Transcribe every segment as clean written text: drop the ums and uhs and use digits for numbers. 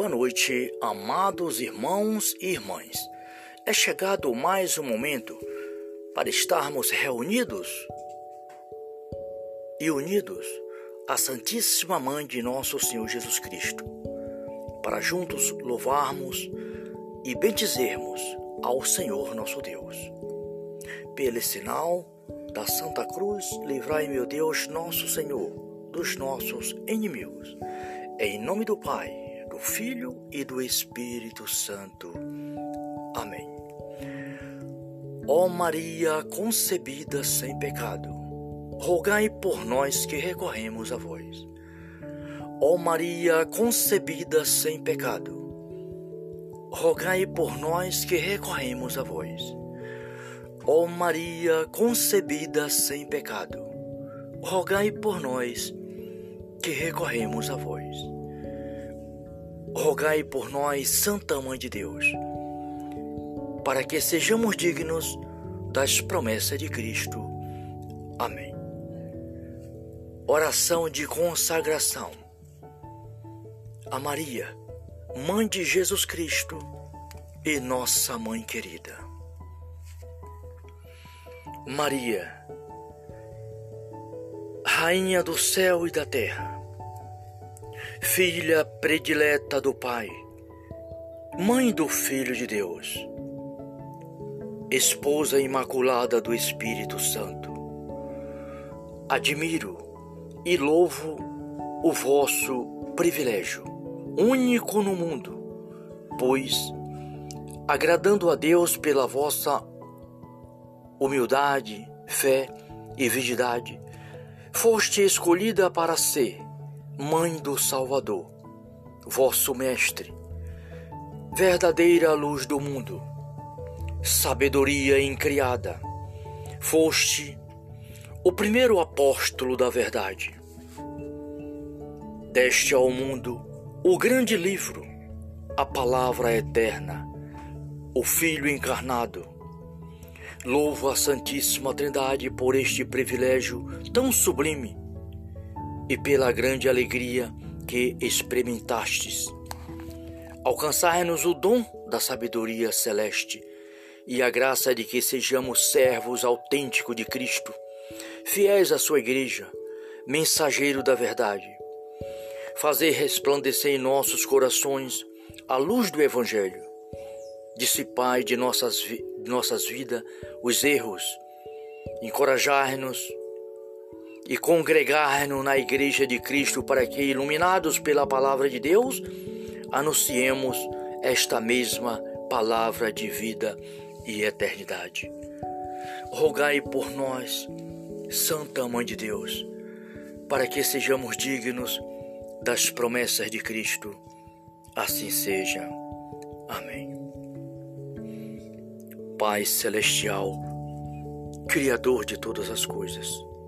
Boa noite, amados irmãos e irmãs. É chegado mais um momento para estarmos reunidos e unidos à Santíssima Mãe de nosso Senhor Jesus Cristo, para juntos louvarmos e bendizermos ao Senhor nosso Deus. Pelo sinal da Santa Cruz, livrai, meu Deus, nosso Senhor, dos nossos inimigos. Em nome do Pai, do Filho e do Espírito Santo. Amém. Ó Maria concebida sem pecado, rogai por nós que recorremos a vós. Ó Maria concebida sem pecado, rogai por nós que recorremos a vós. Ó Maria concebida sem pecado, rogai por nós que recorremos a vós. Rogai por nós, Santa Mãe de Deus, para que sejamos dignos das promessas de Cristo. Amém. Oração de consagração a Maria, Mãe de Jesus Cristo e nossa Mãe querida. Maria, Rainha do céu e da terra, Filha predileta do Pai, Mãe do Filho de Deus, Esposa imaculada do Espírito Santo, admiro e louvo o vosso privilégio, único no mundo, pois, agradando a Deus pela vossa humildade, fé e virgindade, foste escolhida para ser Mãe do Salvador, vosso Mestre, verdadeira luz do mundo, sabedoria incriada. Foste o primeiro apóstolo da verdade. Deste ao mundo o grande livro, a palavra eterna, o Filho encarnado. Louvo a Santíssima Trindade por este privilégio tão sublime e pela grande alegria que experimentastes. Alcançai-nos o dom da sabedoria celeste e a graça de que sejamos servos autênticos de Cristo, fiéis à sua Igreja, mensageiro da verdade. Fazer resplandecer em nossos corações a luz do Evangelho. Dissipai de nossas vidas os erros, encorajar-nos e congregar-nos na Igreja de Cristo para que, iluminados pela Palavra de Deus, anunciemos esta mesma palavra de vida e eternidade. Rogai por nós, Santa Mãe de Deus, para que sejamos dignos das promessas de Cristo. Assim seja. Amém. Pai Celestial, Criador de todas as coisas,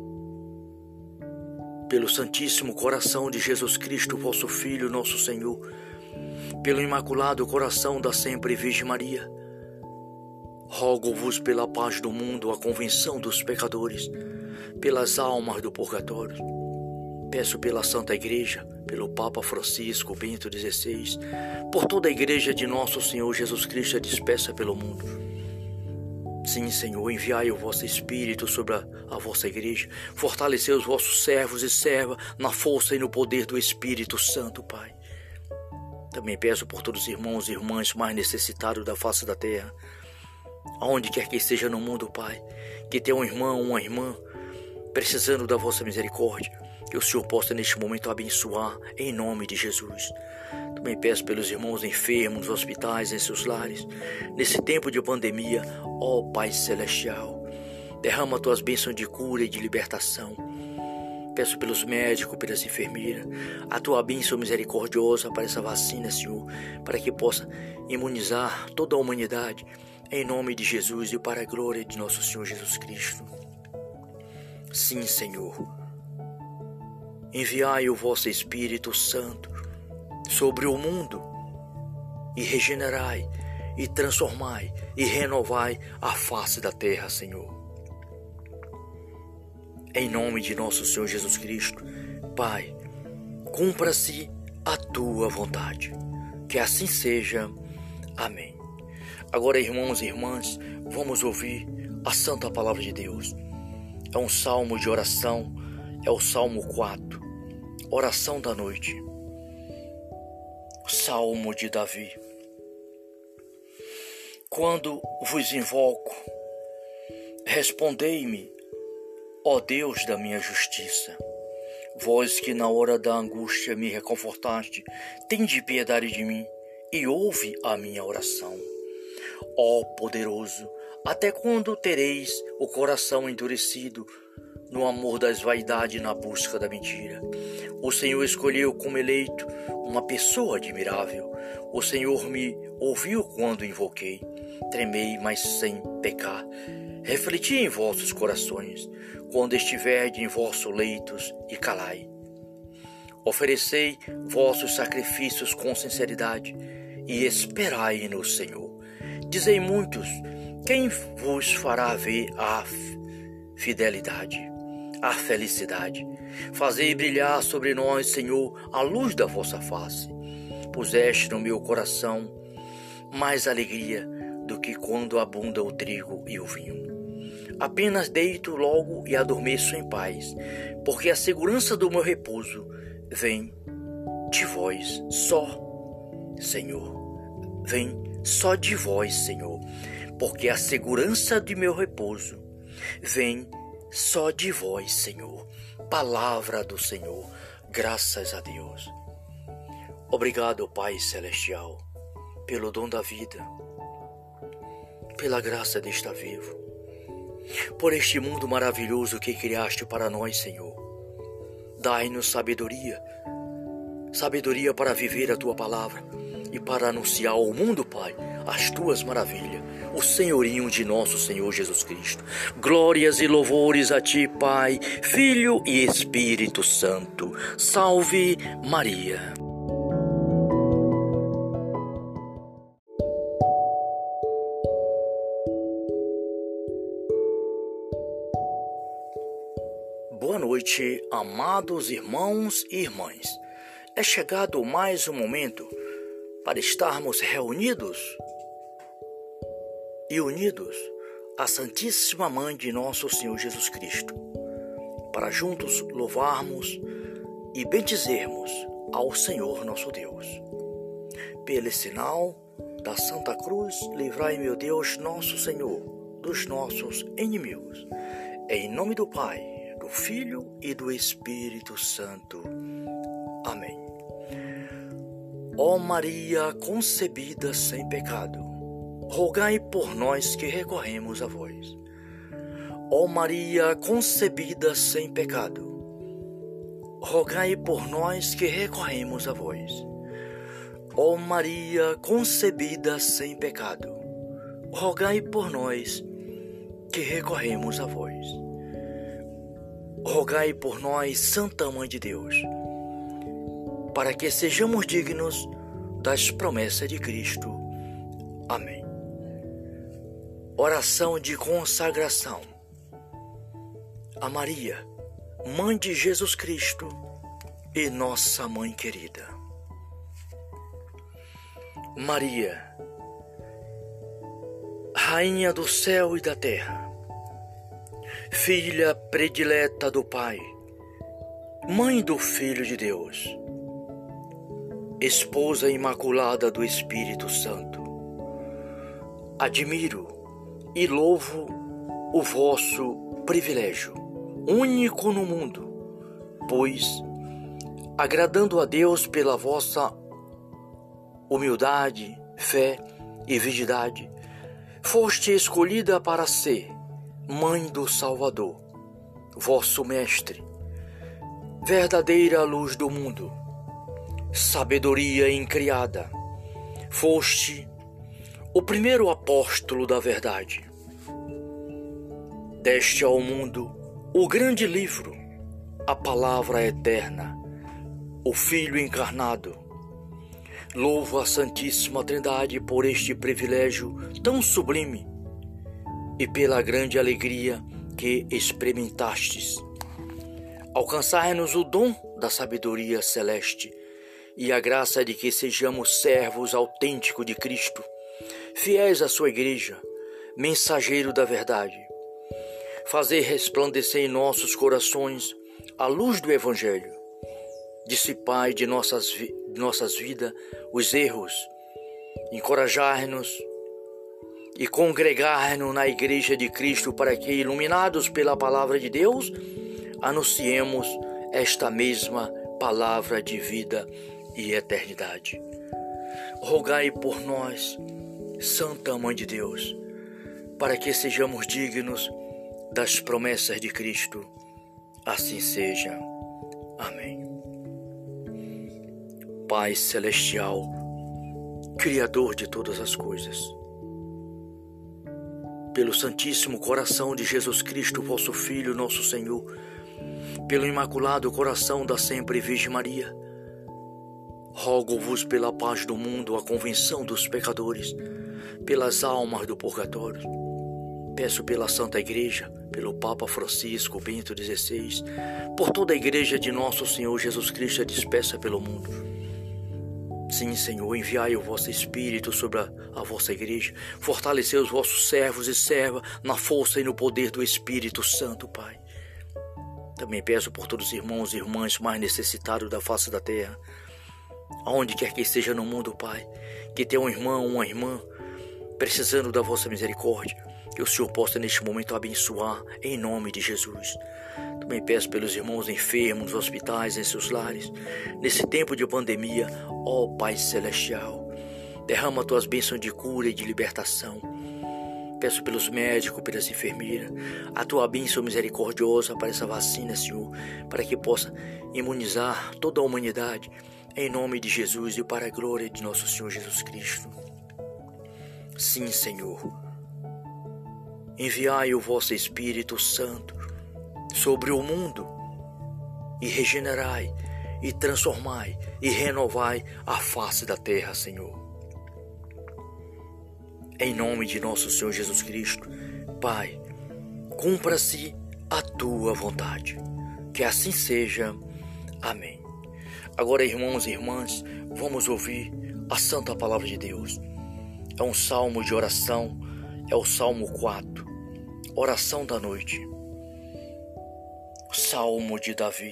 pelo Santíssimo Coração de Jesus Cristo, vosso Filho, nosso Senhor, pelo Imaculado Coração da sempre Virgem Maria, rogo-vos pela paz do mundo, a convenção dos pecadores, pelas almas do purgatório. Peço pela Santa Igreja, pelo Papa Francisco Bento XVI, por toda a Igreja de nosso Senhor Jesus Cristo dispersa pelo mundo. Sim, Senhor, enviai o vosso Espírito sobre a vossa Igreja, fortalecei os vossos servos e servas na força e no poder do Espírito Santo, Pai. Também peço por todos os irmãos e irmãs mais necessitados da face da terra, aonde quer que esteja no mundo, Pai, que tenha um irmão, uma irmã, precisando da vossa misericórdia, que o Senhor possa neste momento abençoar, em nome de Jesus. Também peço pelos irmãos enfermos nos hospitais, em seus lares, nesse tempo de pandemia. Ó Pai Celestial, derrama tuas bênçãos de cura e de libertação. Peço pelos médicos, pelas enfermeiras, a tua bênção misericordiosa para essa vacina, Senhor, para que possa imunizar toda a humanidade, em nome de Jesus e para a glória de nosso Senhor Jesus Cristo. Sim, Senhor, enviai o vosso Espírito Santo sobre o mundo e regenerai e transformai e renovai a face da terra, Senhor. Em nome de nosso Senhor Jesus Cristo, Pai, cumpra-se a tua vontade. Que assim seja. Amém. Agora, irmãos e irmãs, vamos ouvir a santa palavra de Deus. É um salmo de oração, é o Salmo 4, oração da noite. Salmo de Davi. Quando vos invoco, respondei-me, ó Deus da minha justiça. Vós que na hora da angústia me reconfortaste, tende piedade de mim e ouve a minha oração. Ó poderoso, até quando tereis o coração endurecido no amor das vaidades e na busca da mentira? O Senhor escolheu como eleito uma pessoa admirável. O Senhor me ouviu quando invoquei. Tremei, mas sem pecar. Refleti em vossos corações, quando estiverdes em vossos leitos, e calai. Oferecei vossos sacrifícios com sinceridade, e esperai no Senhor. Dizei muitos, quem vos fará ver a fidelidade, a felicidade? Fazei brilhar sobre nós, Senhor, a luz da vossa face. Puseste no meu coração mais alegria do que quando abunda o trigo e o vinho. Apenas deito logo e adormeço em paz, porque a segurança do meu repouso vem de vós só, Senhor. Vem só de vós, Senhor, porque a segurança de meu repouso vem só de vós, Senhor. Palavra do Senhor, graças a Deus. Obrigado, Pai Celestial, pelo dom da vida, pela graça de estar vivo, por este mundo maravilhoso que criaste para nós, Senhor. Dai-nos sabedoria, sabedoria para viver a Tua palavra e para anunciar ao mundo, Pai, as Tuas maravilhas, o senhorinho de nosso Senhor Jesus Cristo. Glórias e louvores a Ti, Pai, Filho e Espírito Santo. Salve Maria. Boa noite, amados irmãos e irmãs. É chegado mais um momento para estarmos reunidos e unidos à Santíssima Mãe de nosso Senhor Jesus Cristo, para juntos louvarmos e bendizermos ao Senhor nosso Deus. Pelo sinal da Santa Cruz, livrai, meu Deus, nosso Senhor, dos nossos inimigos. Em nome do Pai, do Filho e do Espírito Santo. Amém. Ó Maria concebida sem pecado, rogai por nós que recorremos a vós. Ó Maria concebida sem pecado, rogai por nós que recorremos a vós. Ó Maria concebida sem pecado, rogai por nós que recorremos a vós. Rogai por nós, Santa Mãe de Deus, para que sejamos dignos das promessas de Cristo. Amém. Oração de consagração a Maria, Mãe de Jesus Cristo e nossa Mãe querida. Maria, Rainha do céu e da terra, Filha predileta do Pai, Mãe do Filho de Deus, Esposa imaculada do Espírito Santo, admiro e louvo o vosso privilégio, único no mundo, pois, agradando a Deus pela vossa humildade, fé e virgindade, foste escolhida para ser Mãe do Salvador, vosso Mestre, verdadeira luz do mundo, sabedoria incriada. Foste o primeiro apóstolo da verdade. Deste ao mundo o grande livro, a palavra eterna, o Filho encarnado. Louvo a Santíssima Trindade por este privilégio tão sublime e pela grande alegria que experimentastes. Alcançai-nos o dom da sabedoria celeste e a graça de que sejamos servos autênticos de Cristo, fiéis à sua igreja, mensageiro da verdade. Fazer resplandecer em nossos corações a luz do Evangelho, dissipar de nossas vidas os erros, encorajar-nos e congregar-nos na igreja de Cristo para que, iluminados pela palavra de Deus, anunciemos esta mesma palavra de vida e eternidade. Rogai por nós, Santa Mãe de Deus, para que sejamos dignos das promessas de Cristo. Assim seja. Amém. Pai Celestial, Criador de todas as coisas, pelo Santíssimo Coração de Jesus Cristo, vosso Filho, nosso Senhor, pelo Imaculado Coração da sempre Virgem Maria, rogo-vos pela paz do mundo, a convenção dos pecadores, pelas almas do purgatório. Peço pela Santa Igreja, pelo Papa Francisco Bento XVI, por toda a Igreja de nosso Senhor Jesus Cristo dispersa pelo mundo. Sim, Senhor, enviai o vosso Espírito sobre a vossa Igreja, fortalecei os vossos servos e servas na força e no poder do Espírito Santo, Pai. Também peço por todos os irmãos e irmãs mais necessitados da face da terra, aonde quer que esteja no mundo, Pai, que tenha um irmão, uma irmã, precisando da vossa misericórdia, que o Senhor possa neste momento abençoar em nome de Jesus. Também peço pelos irmãos enfermos nos hospitais, em seus lares, nesse tempo de pandemia, ó Pai Celestial, derrama tuas bênçãos de cura e de libertação. Peço pelos médicos, pelas enfermeiras, a tua bênção misericordiosa para essa vacina, Senhor, para que possa imunizar toda a humanidade, em nome de Jesus e para a glória de nosso Senhor Jesus Cristo. Sim, Senhor, enviai o vosso Espírito Santo sobre o mundo e regenerai e transformai e renovai a face da terra, Senhor. Em nome de nosso Senhor Jesus Cristo, Pai, cumpra-se a tua vontade. Que assim seja. Amém. Agora, irmãos e irmãs, vamos ouvir a santa palavra de Deus. É um salmo de oração, é o Salmo 4, oração da noite. Salmo de Davi.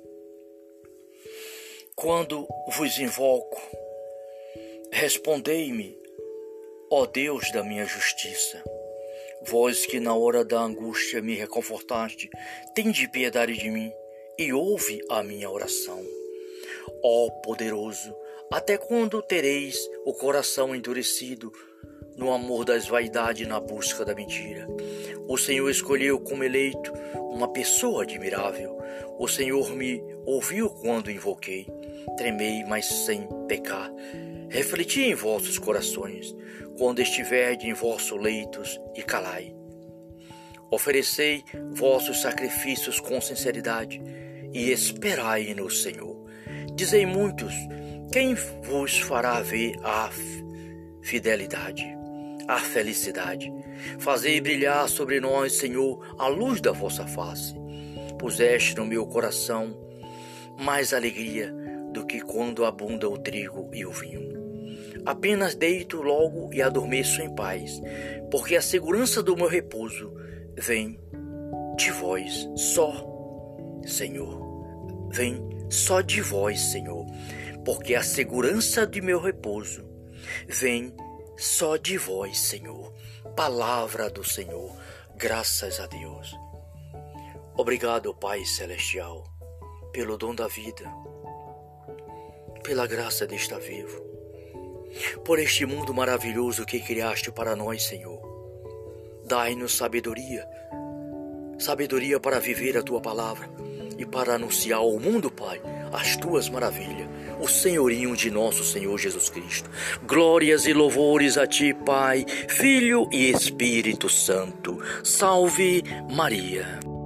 Quando vos invoco, respondei-me, ó Deus da minha justiça. Vós que na hora da angústia me reconfortaste, tende piedade de mim e ouve a minha oração. Ó poderoso, até quando tereis o coração endurecido no amor das vaidades e na busca da mentira? O Senhor escolheu como eleito uma pessoa admirável. O Senhor me ouviu quando invoquei. Tremei, mas sem pecar. Refleti em vossos corações, quando estiverdes em vossos leitos, e calai. Oferecei vossos sacrifícios com sinceridade, e esperai no Senhor. Dizei muitos, quem vos fará ver a fidelidade, a felicidade? Fazei brilhar sobre nós, Senhor, a luz da vossa face. Puseste no meu coração mais alegria do que quando abunda o trigo e o vinho. Apenas deito logo e adormeço em paz, porque a segurança do meu repouso vem de vós só, Senhor. Vem só de vós, Senhor, porque a segurança de meu repouso vem só de vós, Senhor. Palavra do Senhor, graças a Deus. Obrigado, Pai Celestial, pelo dom da vida, pela graça de estar vivo, por este mundo maravilhoso que criaste para nós, Senhor. Dai-nos sabedoria para viver a Tua palavra e para anunciar ao mundo, Pai, as Tuas maravilhas, o senhorinho de nosso Senhor Jesus Cristo. Glórias e louvores a Ti, Pai, Filho e Espírito Santo. Salve Maria.